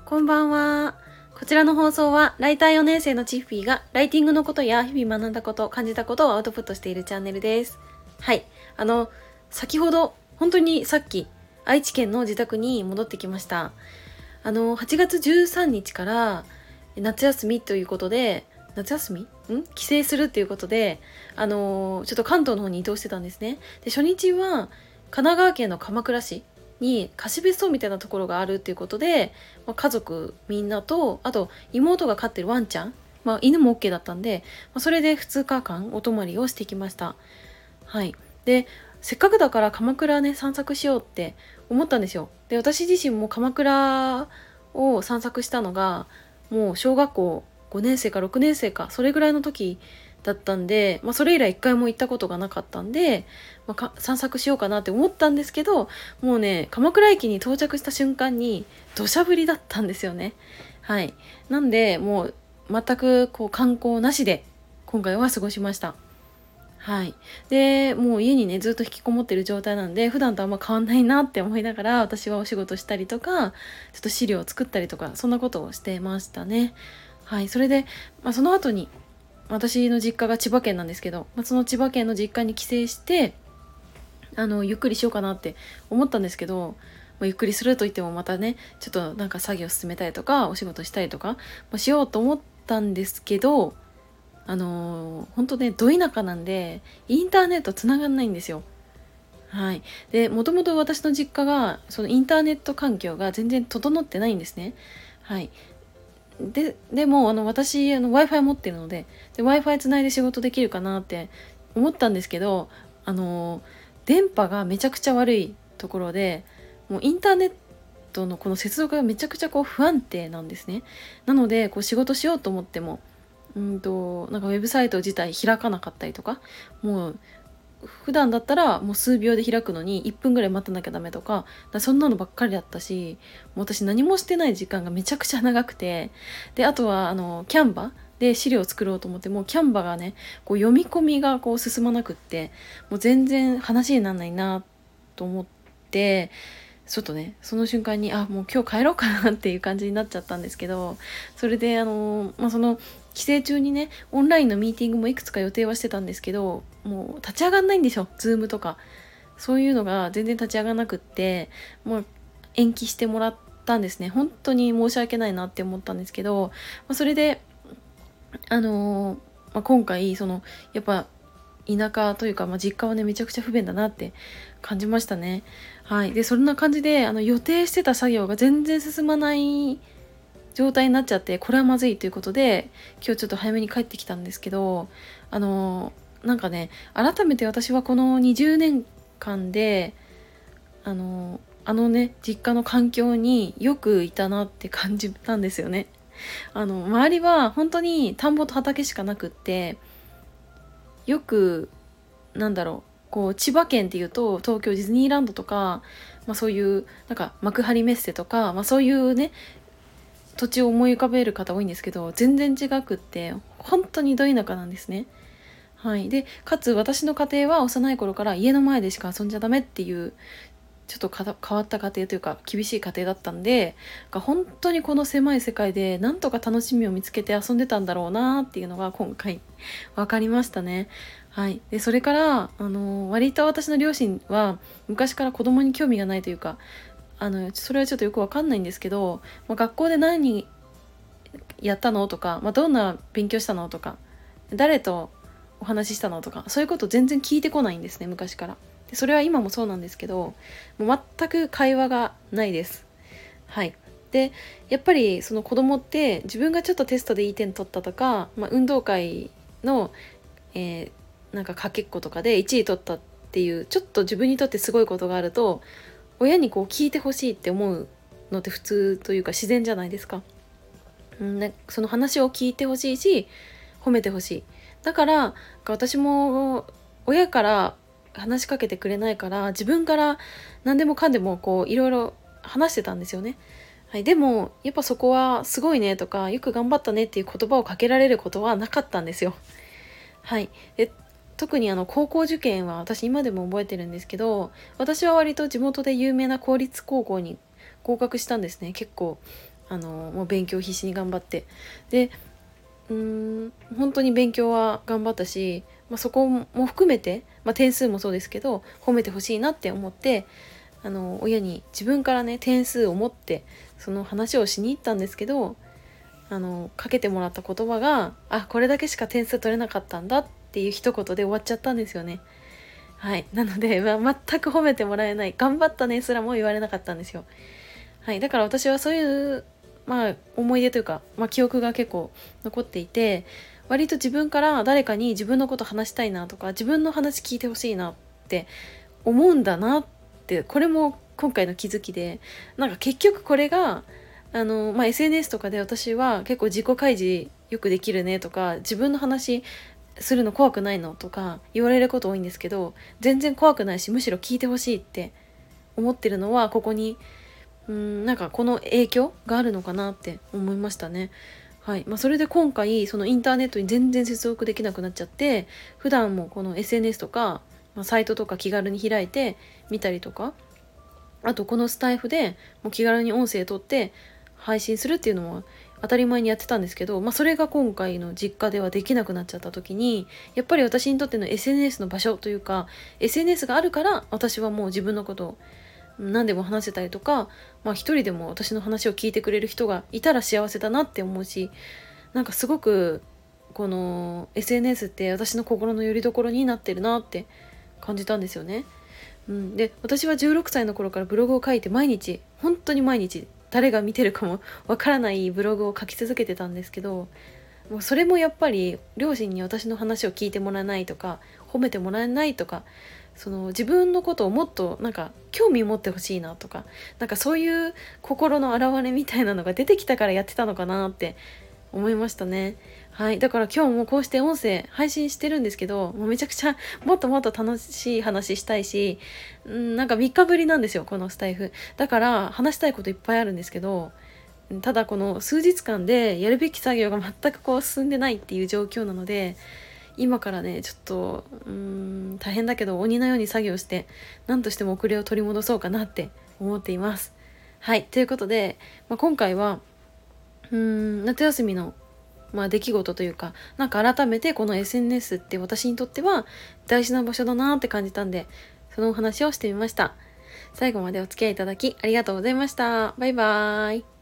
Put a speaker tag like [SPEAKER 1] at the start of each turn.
[SPEAKER 1] こんばんは。こちらの放送は、ライター4年生のチッフィーが、ライティングのことや日々学んだこと、感じたことをアウトプットしているチャンネルです。はい。先ほど、本当にさっき、愛知県の自宅に戻ってきました。8月13日から、夏休みということで、夏休み帰省するっていうことで、ちょっと関東の方に移動してたんですね。で、初日は、神奈川県の鎌倉市に貸別荘みたいなところがあるっていうことで、家族みんなと、あと妹が飼ってるワンちゃん、犬も OK だったんで、それで2日間お泊まりをしてきました。はい。で、せっかくだから鎌倉ね、散策しようって思ったんですよ。で、私自身も鎌倉を散策したのが、もう小学校5年生か6年生か、それぐらいの時だったんで、それ以来一回も行ったことがなかったんで、散策しようかなって思ったんですけど、もうね、鎌倉駅に到着した瞬間に土砂降りだったんですよね。はい。なんで、もう全く観光なしで今回は過ごしました。はい。で、もう家にね、ずっと引きこもってる状態なんで、普段とあんま変わんないなって思いながら、私はお仕事したりとか、ちょっと資料を作ったりとか、そんなことをしてましたね。はい。それで、その後に、私の実家が千葉県なんですけど、その千葉県の実家に帰省して、ゆっくりしようかなって思ったんですけど、ゆっくりするといってもまたね、ちょっとなんか作業進めたりとか、お仕事したりとか、しようと思ったんですけど、本当ね、ど田舎なんで、インターネット繋がんないんですよ。はい。で、もともと私の実家が、そのインターネット環境が全然整ってないんですね。はい。でも、私、Wi-Fi 持ってるので、Wi-Fi つないで仕事できるかなって思ったんですけど、電波がめちゃくちゃ悪いところで、もうインターネットのこの接続がめちゃくちゃ不安定なんですね。なので、仕事しようと思っても、なんかウェブサイト自体開かなかったりとか、もう普段だったらもう数秒で開くのに1分ぐらい待たなきゃダメとか、そんなのばっかりだったし、もう私何もしてない時間がめちゃくちゃ長くて、で、あとはキャンバで資料を作ろうと思っても、キャンバがね、読み込みが進まなくって、もう全然話にならないなと思って、ちょっとね、その瞬間に、もう今日帰ろうかなっていう感じになっちゃったんですけど、それでその帰省中にね、オンラインのミーティングもいくつか予定はしてたんですけど、もう立ち上がんないんでしょ、ズームとか。そういうのが全然立ち上がらなくって、もう延期してもらったんですね。本当に申し訳ないなって思ったんですけど、それで、今回、やっぱ、田舎というか、実家はね、めちゃくちゃ不便だなって感じましたね。はい。で、そんな感じで、予定してた作業が全然進まない状態になっちゃって、これはまずいということで、今日ちょっと早めに帰ってきたんですけど、なんかね、改めて私はこの20年間で、ね、実家の環境によくいたなって感じたんですよね。周りは本当に田んぼと畑しかなくって、よく、なんだろう、千葉県っていうと、東京ディズニーランドとか、そういう、なんか、幕張メッセとか、そういうね、土地を思い浮かべる方多いんですけど、全然違くって、本当にど田舎なんですね。はい。で、かつ私の家庭は幼い頃から家の前でしか遊んじゃダメっていう、ちょっと変わった家庭というか厳しい家庭だったんで、本当にこの狭い世界でなんとか楽しみを見つけて遊んでたんだろうなっていうのが今回分かりましたね。はい。で、それから、割と私の両親は昔から子供に興味がないというか、それはちょっとよくわかんないんですけど、学校で何やったのとか、どんな勉強したのとか、誰とお話ししたのとか、そういうこと全然聞いてこないんですね、昔から。で、それは今もそうなんですけど、もう全く会話がないです。はい。で、やっぱりその子供って自分がちょっとテストでいい点取ったとか、運動会の、なんかかけっことかで1位取ったっていう、ちょっと自分にとってすごいことがあると、親に聞いてほしいって思うのって普通というか自然じゃないですか。その話を聞いてほしいし、褒めてほしい。だから私も親から話しかけてくれないから、自分から何でもかんでもいろいろ話してたんですよね。はい、でもやっぱそこはすごいねとかよく頑張ったねっていう言葉をかけられることはなかったんですよ。はい。で、特に高校受験は私今でも覚えてるんですけど、私は割と地元で有名な公立高校に合格したんですね。結構もう勉強必死に頑張って、で本当に勉強は頑張ったし、そこも含めて、点数もそうですけど褒めてほしいなって思って、親に自分からね点数を持ってその話をしに行ったんですけど、かけてもらった言葉がこれだけしか点数取れなかったんだっていう一言で終わっちゃったんですよね。はい、なので、全く褒めてもらえない、頑張ったねすらも言われなかったんですよ。はい、だから私はそういう思い出というか、記憶が結構残っていて、割と自分から誰かに自分のこと話したいなとか自分の話聞いてほしいなって思うんだなって、これも今回の気づきで、結局これがSNS とかで私は結構自己開示よくできるねとか、自分の話するの怖くないのとか言われること多いんですけど、全然怖くないし、むしろ聞いてほしいって思ってるのはここにこの影響があるのかなって思いましたね。はい、それで今回そのインターネットに全然接続できなくなっちゃって、普段もこの SNS とか、サイトとか気軽に開いて見たりとか、あとこのスタイフでもう気軽に音声取って配信するっていうのも当たり前にやってたんですけど、それが今回の実家ではできなくなっちゃった時に、やっぱり私にとっての SNS の場所というか SNS があるから私はもう自分のことを何でも話せたりとか、一人でも私の話を聞いてくれる人がいたら幸せだなって思うし、すごくこの SNS って私の心の拠り所になってるなって感じたんですよね。で私は16歳の頃からブログを書いて本当に毎日誰が見てるかもわからないブログを書き続けてたんですけど、もうそれもやっぱり両親に私の話を聞いてもらえないとか褒めてもらえないとか、その自分のことをもっと興味持ってほしいなとか、そういう心の表れみたいなのが出てきたからやってたのかなって思いましたね。はい、だから今日もこうして音声配信してるんですけど、もうめちゃくちゃもっともっと楽しい話したいし、3日ぶりなんですよこのスタイフ。だから話したいこといっぱいあるんですけど、ただこの数日間でやるべき作業が全く進んでないっていう状況なので、今からねちょっと大変だけど鬼のように作業して何としても遅れを取り戻そうかなって思っています。はい、ということで、今回は夏休みの出来事というか、改めてこの SNS って私にとっては大事な場所だなって感じたんで、そのお話をしてみました。最後までお付き合いいただきありがとうございました。バイバーイ。